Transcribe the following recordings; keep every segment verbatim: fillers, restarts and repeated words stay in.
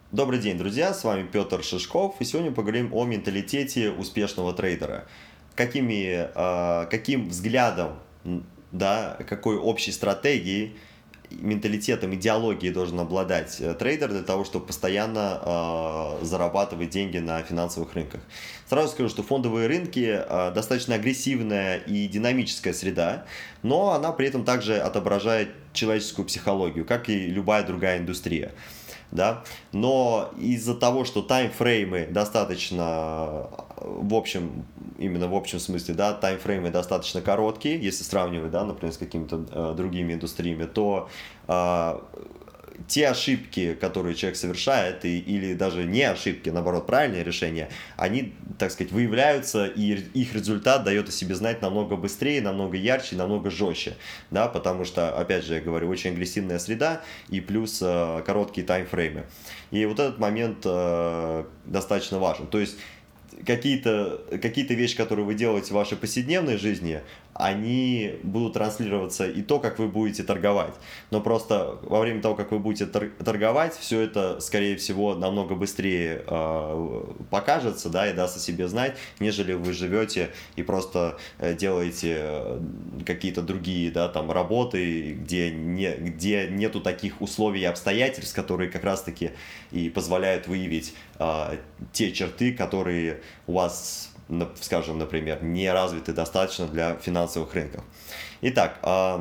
Добрый день, друзья, с вами Петр Шишков, и сегодня поговорим о менталитете успешного трейдера. Какими, э, каким взглядом, м, да, какой общей стратегией, менталитетом, идеологией должен обладать э, трейдер для того, чтобы постоянно э, зарабатывать деньги на финансовых рынках. Сразу скажу, что фондовые рынки э, достаточно агрессивная и динамическая среда, но она при этом также отображает человеческую психологию, как и любая другая индустрия. Да? Но из-за того, что таймфреймы достаточно, в общем, именно в общем смысле, да, таймфреймы достаточно короткие, если сравнивать, да, например, с какими-то э, другими индустриями, то э, те ошибки, которые человек совершает, и, или даже не ошибки, наоборот, правильные решения, они, так сказать, выявляются, и их результат дает о себе знать намного быстрее, намного ярче, намного жестче, да, потому что, опять же, я говорю, очень агрессивная среда и плюс э, короткие таймфреймы. И вот этот момент э, достаточно важен. То есть какие-то какие-то вещи, которые вы делаете в вашей повседневной жизни, они будут транслироваться и то, как вы будете торговать. Но просто во время того, как вы будете торговать, все это, скорее всего, намного быстрее э, покажется, да, и даст о себе знать, нежели вы живете и просто делаете какие-то другие, да, там, работы, где, не, где нету таких условий и обстоятельств, которые как раз-таки и позволяют выявить э, те черты, которые у вас, скажем, например, не развиты достаточно для финансовых рынков. Итак,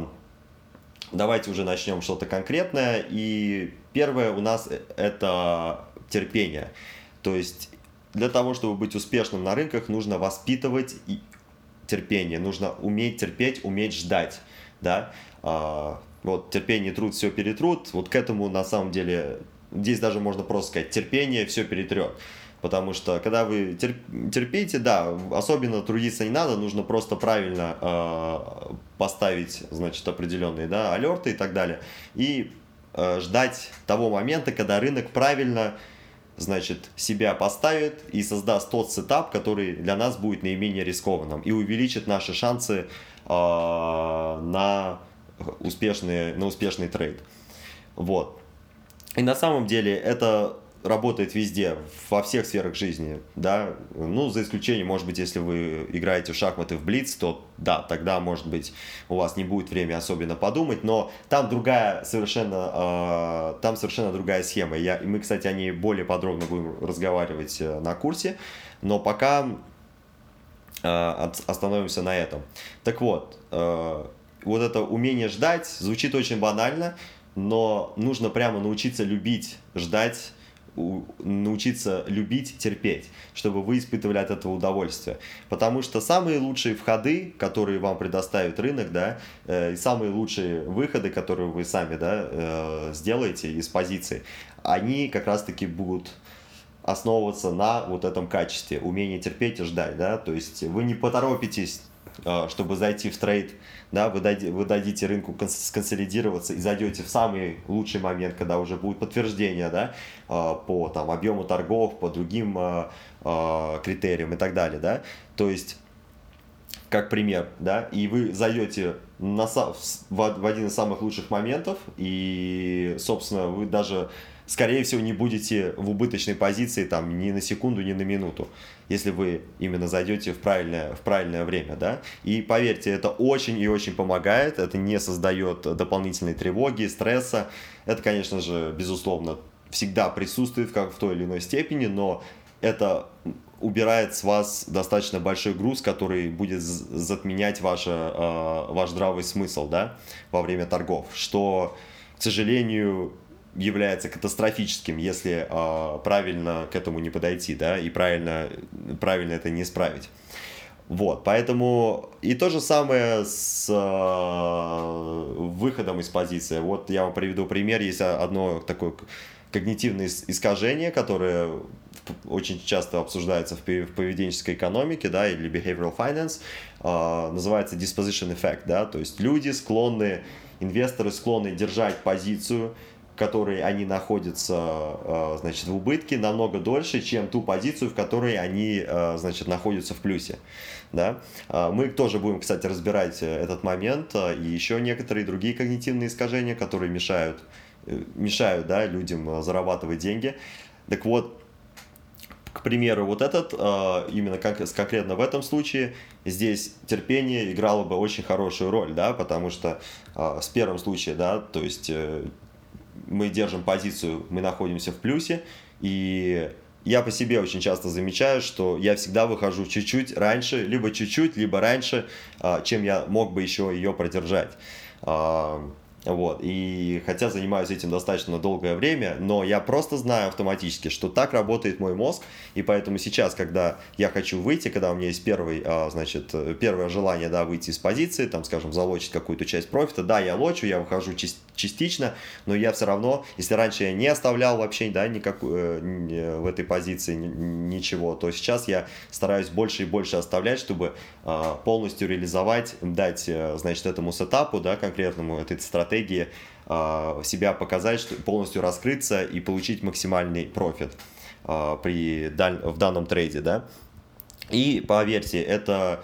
давайте уже начнем что-то конкретное. И первое у нас это терпение. То есть для того, чтобы быть успешным на рынках, нужно воспитывать терпение, нужно уметь терпеть, уметь ждать. Да? Вот терпение и труд все перетрут. Вот к этому на самом деле, здесь даже можно просто сказать, терпение все перетрет. Потому что, когда вы терпите, да, особенно трудиться не надо, нужно просто правильно э, поставить, значит, определенные, да, алерты и так далее. И э, ждать того момента, когда рынок правильно, значит, себя поставит и создаст тот сетап, который для нас будет наименее рискованным и увеличит наши шансы э, на успешный, на успешный трейд. Вот. И на самом деле это работает везде, во всех сферах жизни, да, ну, за исключением, может быть, если вы играете в шахматы в блиц, то да, тогда, может быть, у вас не будет времени особенно подумать, но там другая совершенно, э, там совершенно другая схема, Я, и мы, кстати, о ней более подробно будем разговаривать на курсе, но пока э, остановимся на этом. Так вот, э, вот это умение ждать звучит очень банально, но нужно прямо научиться любить ждать, научиться любить, терпеть, чтобы вы испытывали от этого удовольствие. Потому что самые лучшие входы, которые вам предоставит рынок, да, э, и самые лучшие выходы, которые вы сами, да, э, сделаете из позиций, они как раз-таки будут основываться на вот этом качестве, умении терпеть и ждать, да, то есть вы не поторопитесь, чтобы зайти в трейд, да, вы, дади, вы дадите рынку сконсолидироваться и зайдете в самый лучший момент, когда уже будет подтверждение, да, по там, объему торгов, по другим критериям и так далее, да, то есть, как пример, да, и вы зайдете на, в один из самых лучших моментов, и, собственно, вы даже, скорее всего, не будете в убыточной позиции там ни на секунду, ни на минуту, если вы именно зайдете в правильное, в правильное время, да. И поверьте, это очень и очень помогает, это не создает дополнительной тревоги, стресса. Это, конечно же, безусловно, всегда присутствует как в той или иной степени, но это убирает с вас достаточно большой груз, который будет затменять ваше, э, ваш здравый смысл, да, во время торгов, что, к сожалению, является катастрофическим, если э, правильно к этому не подойти, да, и правильно, правильно это не исправить. Вот, поэтому и то же самое с э, выходом из позиции. Вот я вам приведу пример. Есть одно такое когнитивное искажение, которое очень часто обсуждается в поведенческой экономике, да, или behavioral finance, э, называется disposition effect, да, то есть люди склонны, инвесторы склонны держать позицию, в которой они находятся, значит, в убытке намного дольше, чем ту позицию, в которой они, значит, находятся в плюсе. Да? Мы тоже будем, кстати, разбирать этот момент и еще некоторые другие когнитивные искажения, которые мешают, мешают, да, людям зарабатывать деньги. Так вот, к примеру, вот этот, именно как, конкретно в этом случае, здесь терпение играло бы очень хорошую роль, да, потому что с первым случаем, да, то есть мы держим позицию, мы находимся в плюсе, и я по себе очень часто замечаю, что я всегда выхожу чуть-чуть раньше, либо чуть-чуть, либо раньше, чем я мог бы еще ее продержать. Вот, и хотя занимаюсь этим достаточно долгое время, но я просто знаю автоматически, что так работает мой мозг, и поэтому сейчас, когда я хочу выйти, когда у меня есть первый, значит, первое желание, да, выйти из позиции, там, скажем, залочить какую-то часть профита, да, я лочу, я выхожу частично, но я все равно, если раньше я не оставлял вообще, да, никакую, в этой позиции ничего, то сейчас я стараюсь больше и больше оставлять, чтобы полностью реализовать, дать, значит, этому сетапу, да, конкретному, этой стратегии, себя показать, что полностью раскрыться и получить максимальный профит при, в данном трейде, да. И поверьте, это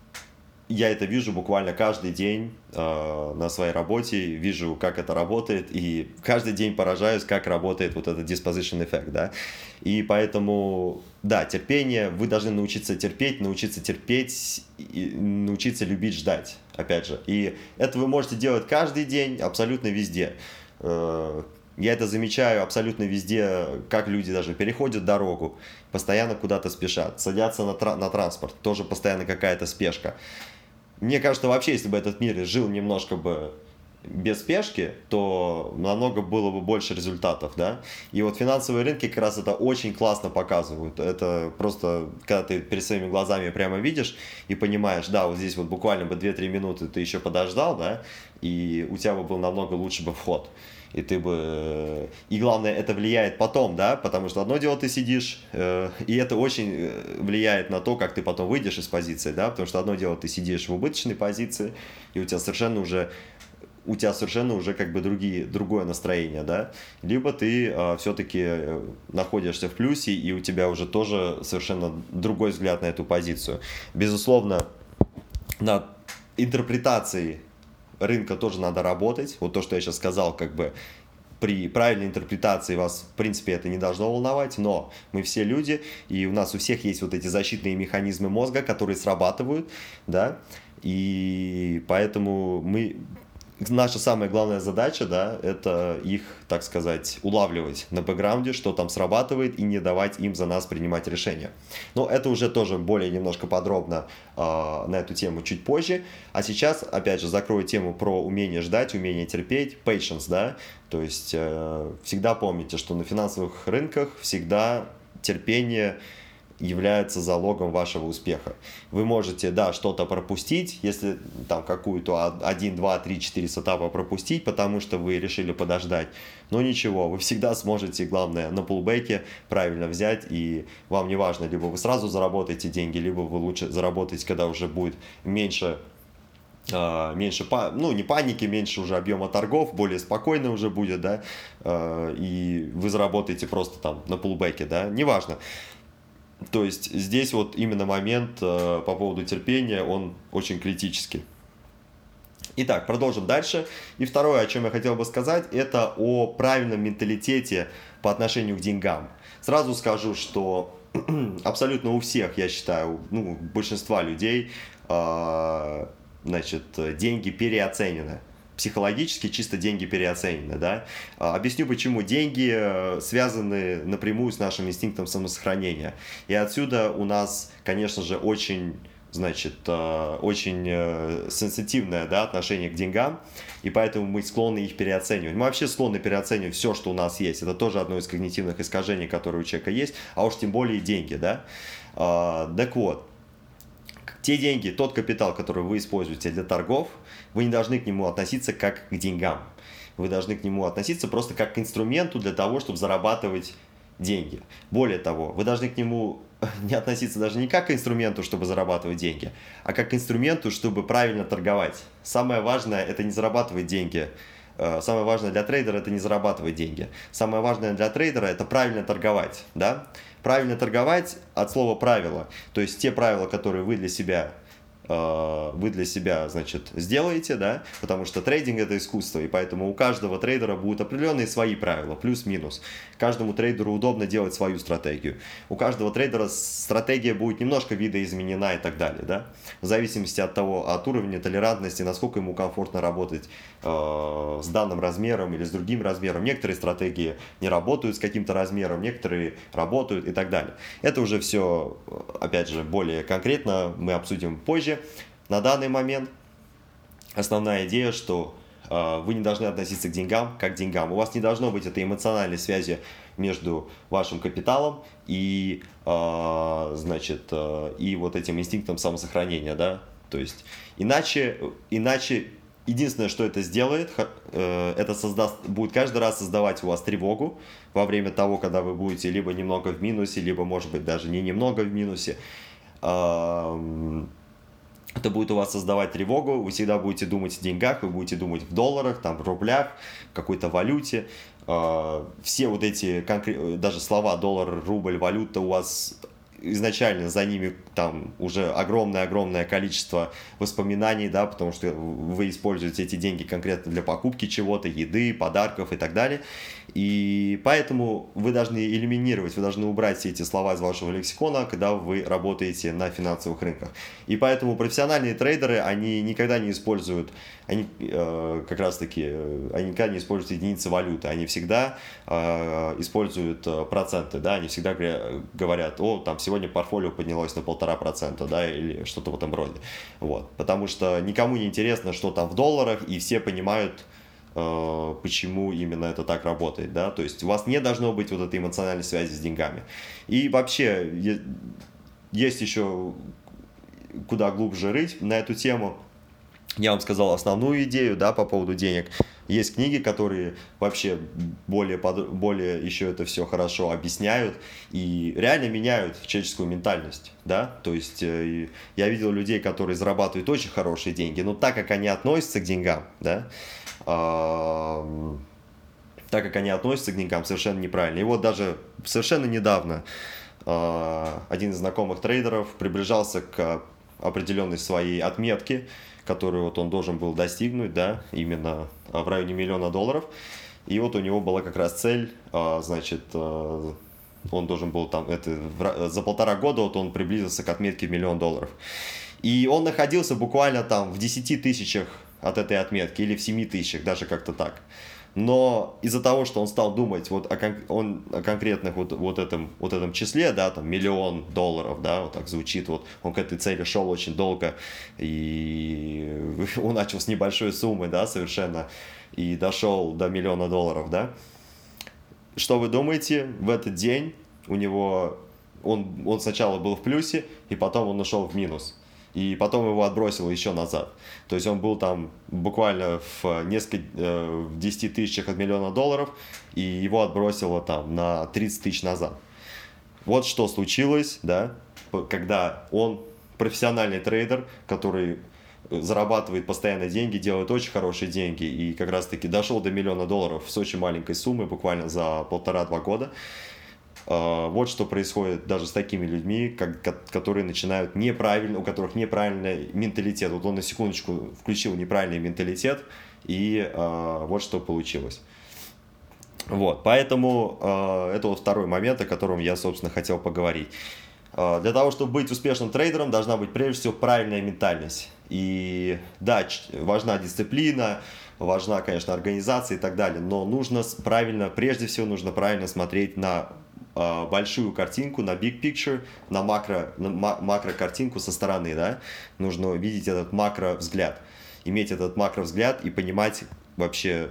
я это вижу буквально каждый день э, на своей работе, вижу, как это работает, и каждый день поражаюсь, как работает вот этот disposition эффект, да. И поэтому, да, терпение, вы должны научиться терпеть, научиться терпеть, и научиться любить ждать, опять же. И это вы можете делать каждый день, абсолютно везде. Э, я это замечаю абсолютно везде, как люди даже переходят дорогу, постоянно куда-то спешат, садятся на, тра- на транспорт, тоже постоянно какая-то спешка. Мне кажется, вообще, если бы этот мир жил немножко бы без спешки, то намного было бы больше результатов, да. И вот финансовые рынки как раз это очень классно показывают. Это просто, когда ты перед своими глазами прямо видишь и понимаешь, да, вот здесь вот буквально бы две-три минуты ты еще подождал, да, и у тебя бы был намного лучше бы вход. И ты бы... И главное, это влияет потом, да, потому что одно дело ты сидишь, э, и это очень влияет на то, как ты потом выйдешь из позиции, да, потому что одно дело ты сидишь в убыточной позиции, и у тебя совершенно уже... у тебя совершенно уже как бы другие, другое настроение, да, либо ты э, все-таки находишься в плюсе, и у тебя уже тоже совершенно другой взгляд на эту позицию. Безусловно, над интерпретацией рынка тоже надо работать. Вот то, что я сейчас сказал, как бы при правильной интерпретации вас, в принципе, это не должно волновать, но мы все люди, и у нас у всех есть вот эти защитные механизмы мозга, которые срабатывают, да, и поэтому мы... Наша самая главная задача, да, это их, так сказать, улавливать на бэкграунде, что там срабатывает, и не давать им за нас принимать решения. Но это уже тоже более немножко подробно э, на эту тему чуть позже. А сейчас, опять же, закрою тему про умение ждать, умение терпеть, patience, да. То есть э, всегда помните, что на финансовых рынках всегда терпение является залогом вашего успеха. Вы можете, да, что-то пропустить, если там какую-то один, два, три, четыре сетапа пропустить, потому что вы решили подождать, но ничего, вы всегда сможете, главное, на пулбэке правильно взять, и вам не важно, либо вы сразу заработаете деньги, либо вы лучше заработаете, когда уже будет меньше меньше, ну, не паники, меньше уже объема торгов, более спокойно уже будет, да, и вы заработаете просто там на пулбэке, да, неважно. То есть здесь вот именно момент э, по поводу терпения, он очень критический. Итак, продолжим дальше. И второе, о чем я хотел бы сказать, это о правильном менталитете по отношению к деньгам. Сразу скажу, что абсолютно у всех, я считаю, ну, большинства людей, э, значит, деньги переоценены. Психологически чисто деньги переоценены, да. Объясню, почему. Деньги связаны напрямую с нашим инстинктом самосохранения. И отсюда у нас, конечно же, очень, значит, очень сенситивное, да, отношение к деньгам, и поэтому мы склонны их переоценивать. Мы вообще склонны переоценивать все, что у нас есть. Это тоже одно из когнитивных искажений, которые у человека есть, а уж тем более деньги, да. Так вот, те деньги, тот капитал, который вы используете для торгов, вы не должны к нему относиться как к деньгам. Вы должны к нему относиться просто как к инструменту для того, чтобы зарабатывать деньги. Более того, вы должны к нему не относиться даже не как к инструменту, чтобы зарабатывать деньги, а как к инструменту, чтобы правильно торговать. Самое важное – это не зарабатывать деньги. Самое важное для трейдера – это не зарабатывать деньги. Самое важное для трейдера – это правильно торговать, да? Правильно торговать от слова «правило», то есть те правила, которые вы для себя э, вы для себя, значит, сделаете, да, потому что трейдинг это искусство, и поэтому у каждого трейдера будут определенные свои правила, плюс-минус. Каждому трейдеру удобно делать свою стратегию. У каждого трейдера стратегия будет немножко видоизменена и так далее, да, в зависимости от того, от уровня толерантности, насколько ему комфортно работать э, с данным размером или с другим размером. Некоторые стратегии не работают с каким-то размером, некоторые работают и так далее. Это уже все, опять же, более конкретно мы обсудим позже. На данный момент основная идея, что э, вы не должны относиться к деньгам как к деньгам. У вас не должно быть этой эмоциональной связи между вашим капиталом и, э, значит, э, и вот этим инстинктом самосохранения, да. То есть иначе, иначе единственное, что это сделает, э, это создаст, будет каждый раз создавать у вас тревогу во время того, когда вы будете либо немного в минусе, либо, может быть, даже не немного в минусе. Э, Это будет у вас создавать тревогу, вы всегда будете думать о деньгах, вы будете думать в долларах, там, в рублях, какой-то валюте. Все вот эти, даже слова доллар, рубль, валюта у вас изначально за ними там уже огромное-огромное количество воспоминаний, да, потому что вы используете эти деньги конкретно для покупки чего-то, еды, подарков и так далее. И поэтому вы должны элиминировать, вы должны убрать все эти слова из вашего лексикона, когда вы работаете на финансовых рынках. И поэтому профессиональные трейдеры, они никогда не используют, они э, как раз таки, э, они никогда не используют единицы валюты, они всегда э, используют э, проценты, да, они всегда говорят, о, там сегодня портфолио поднялось на полтора процента, да, или что-то в этом роде. Вот. Потому что никому не интересно, что там в долларах, и все понимают, почему именно это так работает, да, то есть у вас не должно быть вот этой эмоциональной связи с деньгами. И вообще есть еще куда глубже рыть на эту тему. Я вам сказал основную идею, да, по поводу денег. Есть книги, которые вообще более, более еще это все хорошо объясняют и реально меняют человеческую ментальность, да, то есть я видел людей, которые зарабатывают очень хорошие деньги, но так как они относятся к деньгам, да, так как они относятся к деньгам совершенно неправильно. И вот даже совершенно недавно один из знакомых трейдеров приближался к определенной своей отметке, которую вот он должен был достигнуть, да, именно в районе миллиона долларов. И вот у него была как раз цель, значит, он должен был там, это, за полтора года вот он приблизился к отметке в миллион долларов. И он находился буквально там в десяти тысячах от этой отметки, или в семи тысячах, даже как-то так. Но из-за того, что он стал думать вот о, кон- он, о конкретных вот, вот, этом, вот этом числе, да, там миллион долларов, да, вот так звучит, вот он к этой цели шел очень долго, и он начал с небольшой суммы, да, совершенно, и дошел до миллиона долларов, да. Что вы думаете, в этот день у него, он, он сначала был в плюсе, и потом он ушел в минус. И потом его отбросило еще назад. То есть он был там буквально в несколько, э, в десяти тысячах от миллиона долларов, и его отбросило там на тридцать тысяч назад. Вот что случилось, да, когда он профессиональный трейдер, который зарабатывает постоянно деньги, делает очень хорошие деньги, и как раз таки дошел до миллиона долларов с очень маленькой суммы, буквально за полтора-два года. Вот что происходит даже с такими людьми, как, которые начинают неправильно, у которых неправильный менталитет. Вот он на секундочку включил неправильный менталитет, и э, вот что получилось. Вот, поэтому э, это вот второй момент, о котором я, собственно, хотел поговорить. Э, для того, чтобы быть успешным трейдером, должна быть прежде всего правильная ментальность. И да, важна дисциплина, важна, конечно, организация и так далее, но нужно правильно, прежде всего нужно правильно смотреть на большую картинку, на big picture, на макро, на макро-картинку со стороны, да, нужно видеть этот макро-взгляд, иметь этот макро-взгляд и понимать вообще,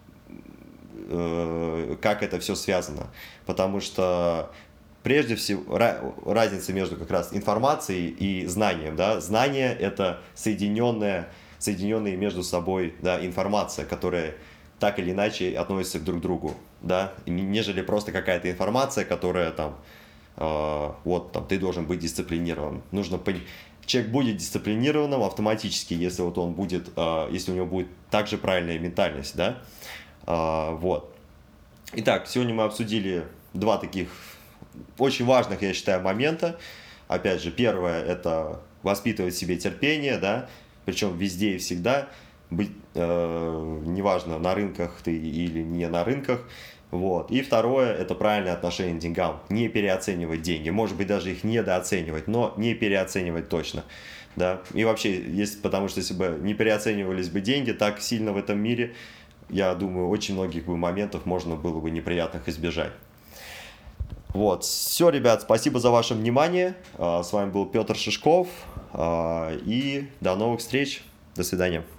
э, как это все связано, потому что прежде всего разница между как раз информацией и знанием, да, знание это соединенная, соединенные между собой, да, информация, которая так или иначе относятся друг к другу, да, нежели просто какая-то информация, которая там, э, вот там, ты должен быть дисциплинирован. Нужно пон... Человек будет дисциплинированным автоматически, если вот он будет, э, если у него будет также правильная ментальность, да, э, вот. Итак, сегодня мы обсудили два таких очень важных, я считаю, момента. Опять же, первое, это воспитывать в себе терпение, да, причем везде и всегда, быть, э, неважно, на рынках ты или не на рынках. Вот. И второе, это правильное отношение к деньгам. Не переоценивать деньги. Может быть, даже их недооценивать, но не переоценивать точно. Да? И вообще, если, потому что если бы не переоценивались бы деньги так сильно в этом мире, я думаю, очень многих бы моментов можно было бы неприятных избежать. Вот. Все, ребят, спасибо за ваше внимание. С вами был Петр Шишков. И до новых встреч. До свидания.